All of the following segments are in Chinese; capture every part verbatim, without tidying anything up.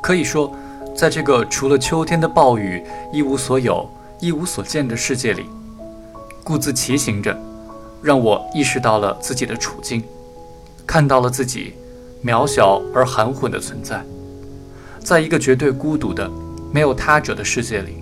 可以说，在这个除了秋天的暴雨一无所有、一无所见的世界里，故自骑行着，让我意识到了自己的处境，看到了自己渺小而含混的存在，在一个绝对孤独的、没有他者的世界里。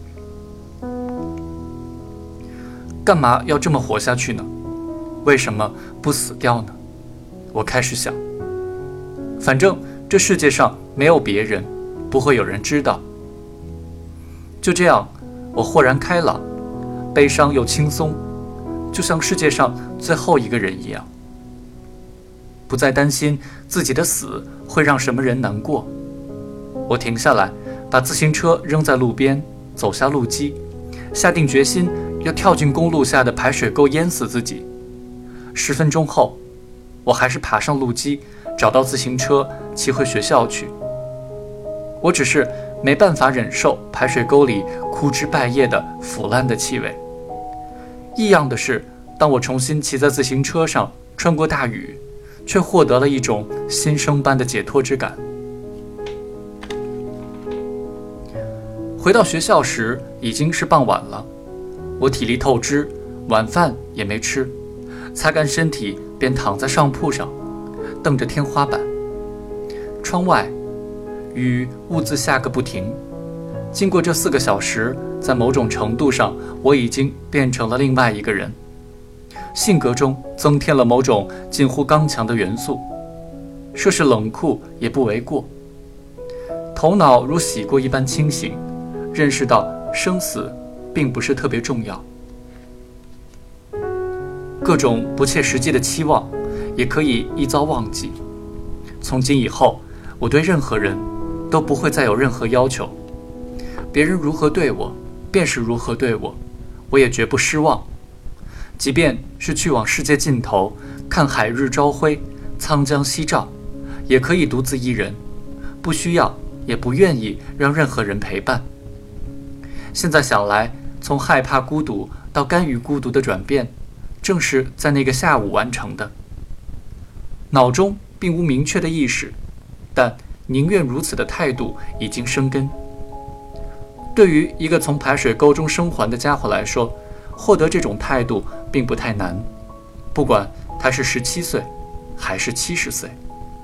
干嘛要这么活下去呢？为什么不死掉呢？我开始想，反正这世界上没有别人，不会有人知道。就这样，我豁然开朗，悲伤又轻松，就像世界上最后一个人一样，不再担心自己的死会让什么人难过。我停下来，把自行车扔在路边，走下路基，下定决心要跳进公路下的排水沟淹死自己。十分钟后，我还是爬上路基，找到自行车，骑回学校去。我只是没办法忍受排水沟里枯枝败叶的腐烂的气味。异样的是，当我重新骑在自行车上，穿过大雨，却获得了一种新生般的解脱之感。回到学校时，已经是傍晚了，我体力透支，晚饭也没吃，擦干身体便躺在上铺上，瞪着天花板。窗外雨兀自下个不停。经过这四个小时，在某种程度上，我已经变成了另外一个人，性格中增添了某种近乎刚强的元素，说是冷酷也不为过。头脑如洗过一般清醒，认识到生死并不是特别重要，各种不切实际的期望也可以一遭忘记。从今以后，我对任何人都不会再有任何要求，别人如何对我，便是如何对我，我也绝不失望。即便是去往世界尽头，看海日朝晖，沧江夕照，也可以独自一人，不需要也不愿意让任何人陪伴。现在想来，从害怕孤独到甘于孤独的转变，正是在那个下午完成的。脑中并无明确的意识，但宁愿如此的态度已经生根。对于一个从排水沟中生还的家伙来说，获得这种态度并不太难，不管他是十七岁还是七十岁。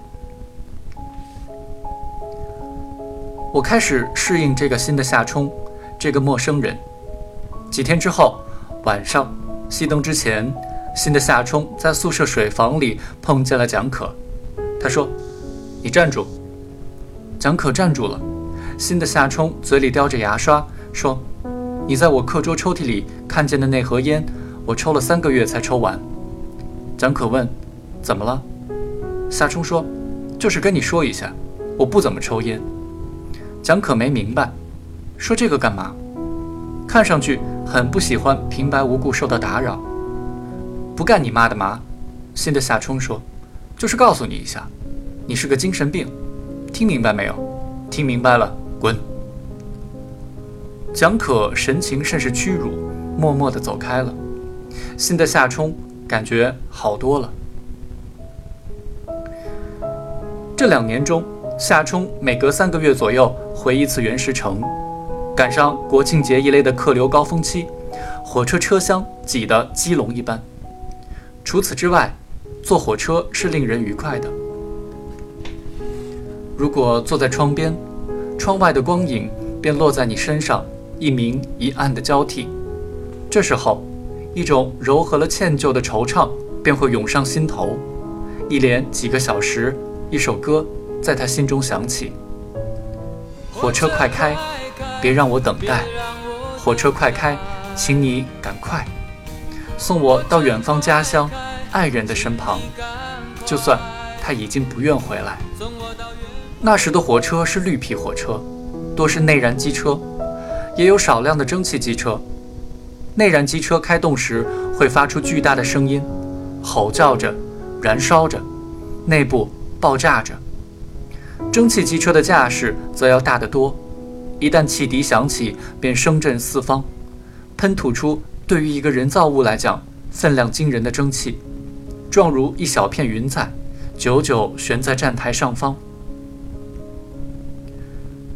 我开始适应这个新的夏冲，这个陌生人。几天之后，晚上熄灯之前，新的夏冲在宿舍水房里碰见了蒋可。他说：“你站住。”蒋可站住了。新的夏冲嘴里叼着牙刷，说：“你在我课桌抽屉里看见的那盒烟，我抽了三个月才抽完。”蒋可问：“怎么了？”夏冲说：“就是跟你说一下，我不怎么抽烟。”蒋可没明白，说这个干嘛？看上去很不喜欢平白无故受到打扰。不干你妈的嘛！新的夏冲说：“就是告诉你一下，你是个精神病，听明白没有？听明白了，滚！”蒋可神情甚是屈辱，默默地走开了。新的夏冲感觉好多了。这两年中，夏冲每隔三个月左右回一次原石城，赶上国庆节一类的客流高峰期，火车车厢挤得鸡笼一般。除此之外，坐火车是令人愉快的。如果坐在窗边，窗外的光影便落在你身上，一明一暗的交替。这时候，一种柔和了歉疚的惆怅便会涌上心头。一连几个小时，一首歌在他心中响起：火车快开，别让我等待，火车快开，请你赶快送我到远方家乡爱人的身旁，就算他已经不愿回来。那时的火车是绿皮火车，多是内燃机车，也有少量的蒸汽机车。内燃机车开动时会发出巨大的声音，吼叫着，燃烧着，内部爆炸着。蒸汽机车的架势则要大得多，一旦汽笛响起，便声震四方，喷吐出对于一个人造物来讲分量惊人的蒸汽，状如一小片云彩，久久悬在站台上方。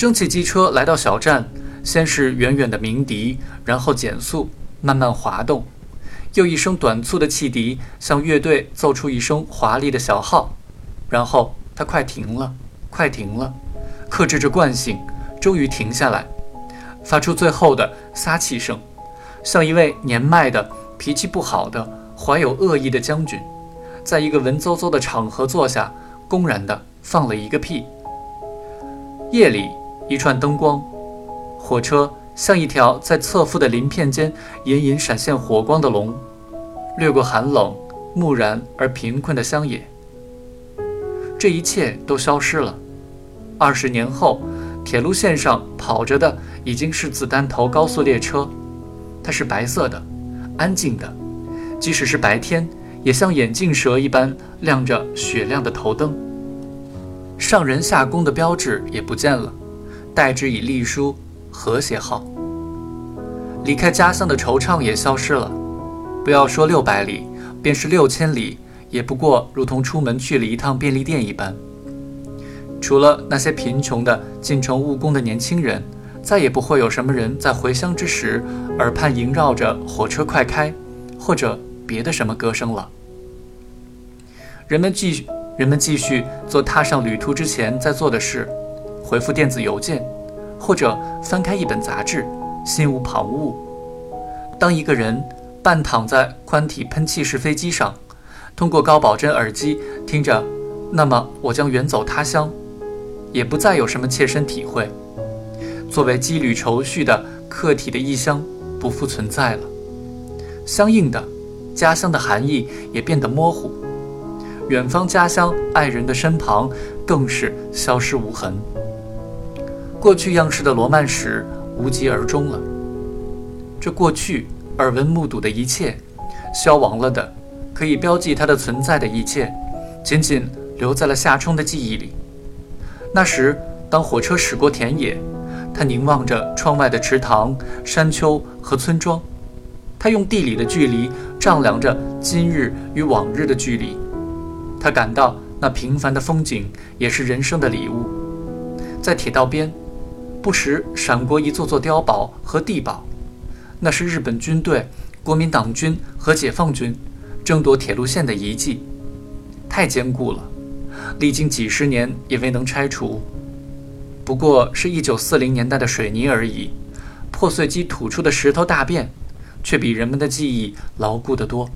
蒸汽机车来到小站，先是远远的鸣笛，然后减速，慢慢滑动。又一声短促的汽笛向乐队奏出一声华丽的小号，然后它快停了，快停了，克制着惯性，终于停下来，发出最后的撒气声，像一位年迈的、脾气不好的、怀有恶意的将军，在一个文绉绉的场合坐下，公然地放了一个屁。夜里，一串灯光，火车像一条在侧覆的鳞片间隐隐闪现火光的龙，掠过寒冷、木然而贫困的乡野。这一切都消失了。二十年后，铁路线上跑着的已经是子弹头高速列车，它是白色的，安静的，即使是白天，也像眼镜蛇一般亮着雪亮的头灯。上人下工的标志也不见了，代之以隶书和谐号。离开家乡的惆怅也消失了，不要说六百里，便是六千里，也不过如同出门去了一趟便利店一般。除了那些贫穷的进城务工的年轻人，再也不会有什么人在回乡之时耳畔萦绕着火车快开，或者别的什么歌声了。人们继续人们继续做踏上旅途之前在做的事，回复电子邮件，或者翻开一本杂志，心无旁骛。当一个人半躺在宽体喷气式飞机上，通过高保真耳机听着那么我将远走他乡，也不再有什么切身体会。作为羁旅愁绪的客体的异乡不复存在了，相应的家乡的含义也变得模糊，远方家乡爱人的身旁更是消失无痕。过去样式的罗曼史无疾而终了，这过去耳闻目睹的一切，消亡了的可以标记它的存在的一切，仅仅留在了夏冲的记忆里。那时当火车驶过田野，他凝望着窗外的池塘、山丘和村庄，他用地理的距离丈量着今日与往日的距离。他感到那平凡的风景也是人生的礼物。在铁道边，不时闪过一座座碉堡和地堡，那是日本军队、国民党军和解放军争夺铁路线的遗迹，太坚固了，历经几十年也未能拆除。不过是一九四零年代的水泥而已，破碎机吐出的石头大便却比人们的记忆牢固得多。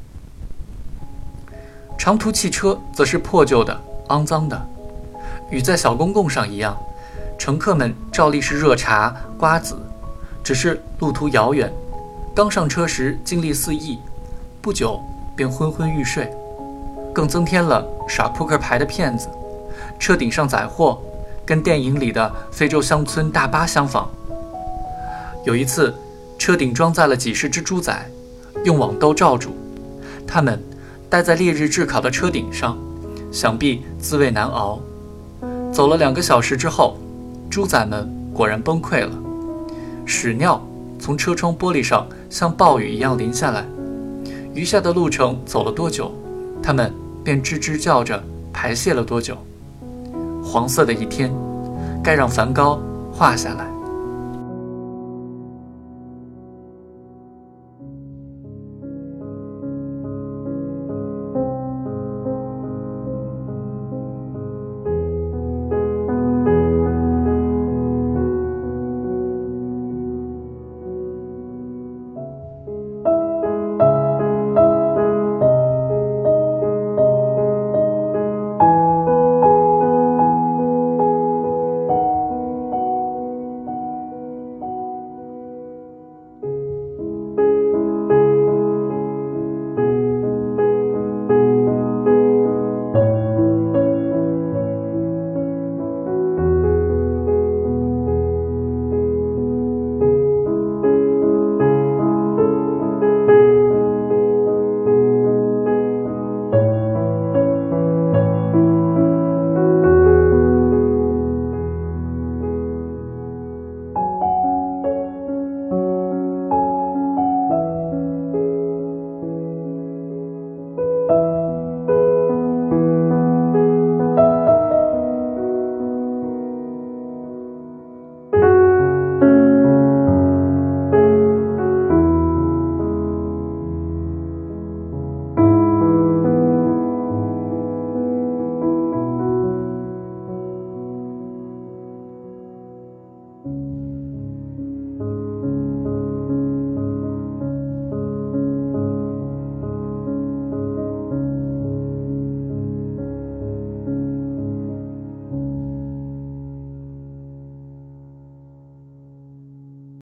长途汽车则是破旧的、肮脏的，与在小公共上一样，乘客们照例是热茶、瓜子，只是路途遥远，刚上车时精力四溢，不久便昏昏欲睡，更增添了耍扑克牌的骗子，车顶上载货，跟电影里的非洲乡村大巴相仿。有一次，车顶装载了几十只猪仔，用网兜罩住，它们待在烈日炙烤的车顶上，想必滋味难熬。走了两个小时之后，猪仔们果然崩溃了，屎尿从车窗玻璃上像暴雨一样淋下来。余下的路程走了多久，它们便吱吱叫着排泄了多久。黄色的一天，该让梵高画下来。